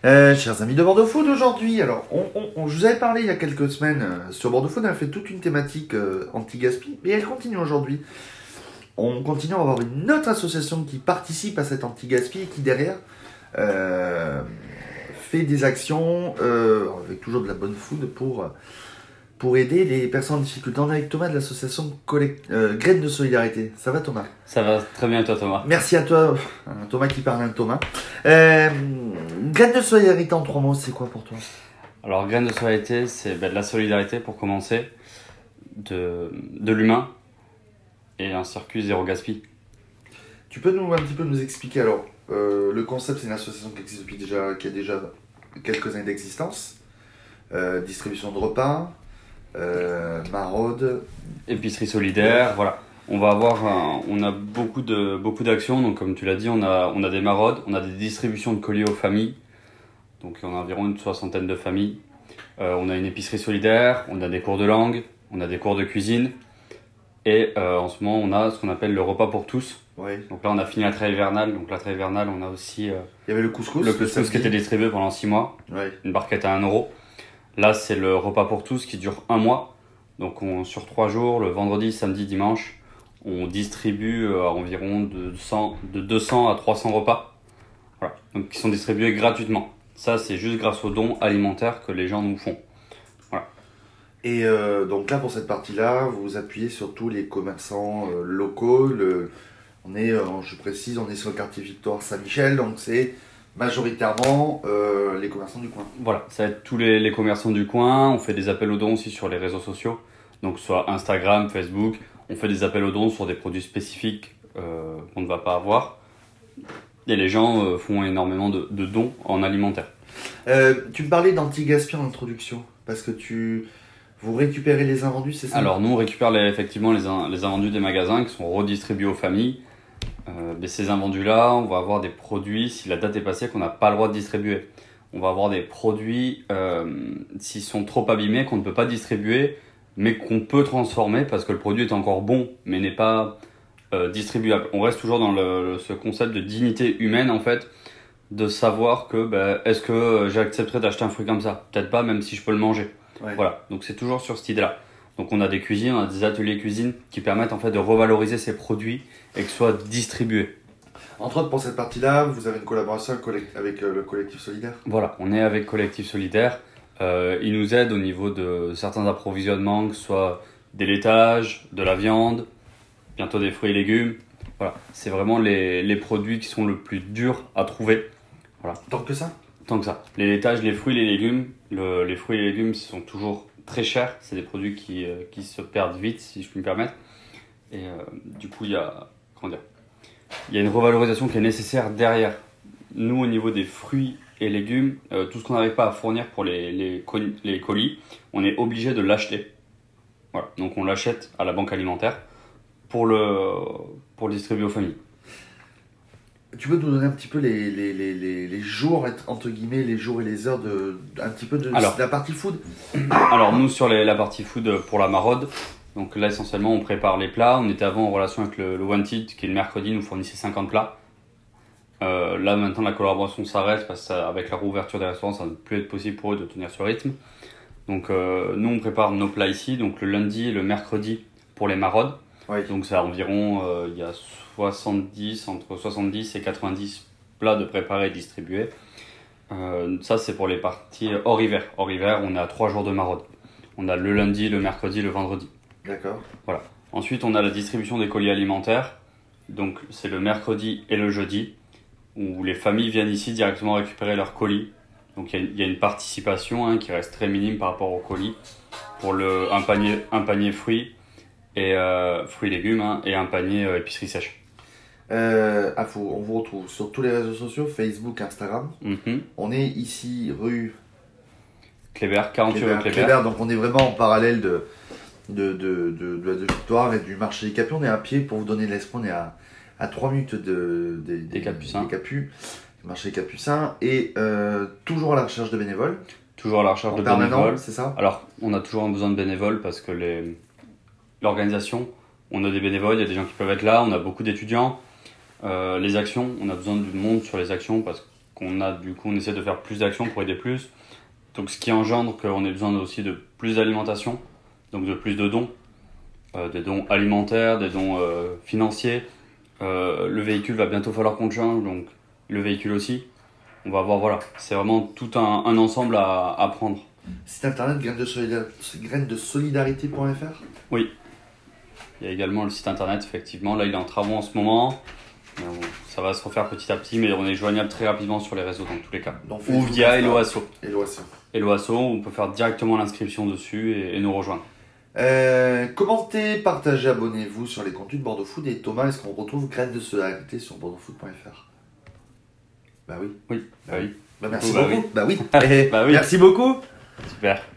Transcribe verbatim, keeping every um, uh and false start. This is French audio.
Euh, chers amis de Bordeaux Food, aujourd'hui, alors, on, on- on- je vous avais parlé il y a quelques semaines euh, sur Bordeaux Food, on a fait toute une thématique euh, anti-gaspi, et elle continue aujourd'hui. On continue à avoir une autre association qui participe à cet anti-gaspi et qui derrière euh, fait des actions euh, avec toujours de la bonne food pour, pour aider les personnes en difficulté. On est avec Thomas de l'association Collect- euh, Graines de Solidarité. Ça va Thomas? Ça va très bien, toi, Thomas. Merci à toi, euh, Thomas qui parle à Thomas. Euh, Graines de Solidarité en trois mots, c'est quoi pour toi? Alors, Graines de Solidarité, c'est ben, de la solidarité pour commencer, de, de l'humain et un circuit zéro gaspille. Tu peux nous un petit peu nous expliquer alors euh, le concept, c'est une association qui existe depuis déjà, qui a déjà quelques années d'existence, euh, distribution de repas, euh, maraude. Épicerie solidaire, voilà. On va avoir, un- on a beaucoup de beaucoup d'actions. Donc, comme tu l'as dit, on a on a des maraudes, on a des distributions de colis aux familles. Donc, on a environ une soixantaine de familles. Euh, on a une épicerie solidaire, on a des cours de langue, on a des cours de cuisine. Et euh, en ce moment, on a ce qu'on appelle le repas pour tous. Oui. Donc là, on a fini la trêve hivernale. Donc la trêve hivernale, on a aussi euh, Il y avait le couscous. le couscous qui était distribué pendant six mois, Ouais. une barquette à un euro. Là, c'est le repas pour tous qui dure un mois. Donc on, sur trois jours, le vendredi, samedi, dimanche, on distribue euh, environ de, cent, de deux cents à trois cents repas. Voilà. Donc qui sont distribués gratuitement. Ça, c'est juste grâce aux dons alimentaires que les gens nous font. Et euh, donc là, pour cette partie-là, vous vous appuyez sur tous les commerçants euh, locaux. Le- on est, euh, je précise, on est sur le quartier Victoire Saint-Michel, donc c'est majoritairement euh, les commerçants du coin. Voilà, ça va être tous les, les commerçants du coin. On fait des appels aux dons aussi sur les réseaux sociaux. Donc soit Instagram, Facebook. On fait des appels aux dons sur des produits spécifiques euh, qu'on ne va pas avoir. Et les gens euh, font énormément de, de dons en alimentaire. Euh, tu me parlais d'anti-gaspi en introduction, parce que tu, vous récupérez les invendus, c'est ça? Alors nous, on récupère les- effectivement les, in- les invendus des magasins qui sont redistribués aux familles. Euh, mais ces invendus-là, on va avoir des produits, si la date est passée, qu'on n'a pas le droit de distribuer. On va avoir des produits, euh, s'ils sont trop abîmés, qu'on ne peut pas distribuer, mais qu'on peut transformer parce que le produit est encore bon, mais n'est pas euh, distribuable. On reste toujours dans le, le- ce concept de dignité humaine, en fait, de savoir que, ben, est-ce que euh, j'accepterais d'acheter un fruit comme ça? Peut-être pas, même si je peux le manger. Ouais. Voilà, donc c'est toujours sur cette idée-là. Donc on a des cuisines, on a des ateliers cuisine qui permettent en fait de revaloriser ces produits et que ce soit distribué. Entre autres, pour cette partie-là, vous avez une collaboration avec, collect- avec, euh, le collectif solidaire. Voilà, on est avec Collectif Solidaire. Euh, ils nous aident au niveau de certains approvisionnements, que ce soit des laitages, de la viande, bientôt des fruits et légumes. Voilà, c'est vraiment les, les produits qui sont le plus durs à trouver. Tant que ça? Tant que ça. Les laitages, les fruits, les légumes, le- les fruits et les légumes sont toujours très chers. C'est des produits qui, euh, qui se perdent vite, si je puis me permettre. Et euh, du coup, il y a, comment dire, il y a une revalorisation qui est nécessaire derrière. Nous, au niveau des fruits et légumes, euh, tout ce qu'on n'arrive pas à fournir pour les, les, colis, les colis, on est obligé de l'acheter. Voilà. Donc on l'achète à la banque alimentaire pour le, pour le distribuer aux familles. Tu peux nous donner un petit peu les, les, les, les, les jours, entre guillemets, les jours et les heures de, un petit peu de, Alors. de la partie food? Alors nous sur les- la partie food pour la maraude, donc là essentiellement on prépare les plats. On était avant en relation avec le, le Wanted qui est le mercredi, nous fournissait cinquante plats. Euh, là maintenant la collaboration s'arrête parce qu'avec la réouverture des restaurants ça ne peut plus être possible pour eux de tenir ce rythme. Donc euh, nous on prépare nos plats ici, donc le lundi et le mercredi pour les maraudes. Oui. Donc c'est environ, euh, il y a soixante-dix, entre soixante-dix et quatre-vingt-dix plats de préparés et distribués. Euh, ça c'est pour les parties hors hiver. Hors hiver on est à trois jours de maraude. On a le lundi, le mercredi, le vendredi. D'accord. Ensuite, on a la distribution des colis alimentaires. Donc, c'est le mercredi et le jeudi où les familles viennent ici directement récupérer leurs colis. Donc, il y a- il y, a une participation hein, qui reste très minime par rapport aux colis pour le, un, panier, un panier fruits et euh, fruits et légumes hein, et un panier euh, épicerie sèche. Euh, ah, faut- on vous retrouve sur tous les réseaux sociaux, Facebook, Instagram. Mhm. On est ici rue Kléber, quarante-huit rue Kléber, Kléber. Kléber, donc on est vraiment en parallèle de, de, de, de, de, de Victoire et du marché des Capus. On est à pied, pour vous donner l'espoir, on est à, à trois minutes de, des- Des Capucins. des Capus, du marché des Capucins, et euh, toujours à la recherche de bénévoles. Toujours à la recherche En de permanent, bénévoles. c'est ça? Alors, on a toujours besoin de bénévoles parce que les... l'organisation, on a des bénévoles, il y a des gens qui peuvent être là, on a beaucoup d'étudiants. Euh, les actions, on a besoin du monde sur les actions parce qu'on a, du coup, on essaie de faire plus d'actions pour aider plus. Donc, ce qui engendre qu'on ait besoin aussi de plus d'alimentation, donc de plus de dons, euh, des dons alimentaires, des dons euh, financiers. Euh, le véhicule va bientôt falloir qu'on change, donc le véhicule aussi. On va voir, voilà, c'est vraiment tout un, un ensemble à, à prendre. Site internet graines de, solidar... graines de solidarité point f r. Oui, il y a également le site internet, effectivement. Là, il est en travaux en ce moment. Ça va se refaire petit à petit, mais on est joignable très rapidement sur les réseaux dans tous les cas. Donc, ou via Hello Asso. Hello Asso. Hello Asso, on peut faire directement l'inscription dessus et, et nous rejoindre. Euh, commentez, partagez, abonnez-vous sur les contenus de Bordeaux Food. Et Thomas, est-ce qu'on retrouve graines de solidarité sur bordeaux food point f r? Bah oui. Oui, bah oui. Bah merci bah beaucoup. oui. Bah oui. Bah oui. Merci beaucoup. Super.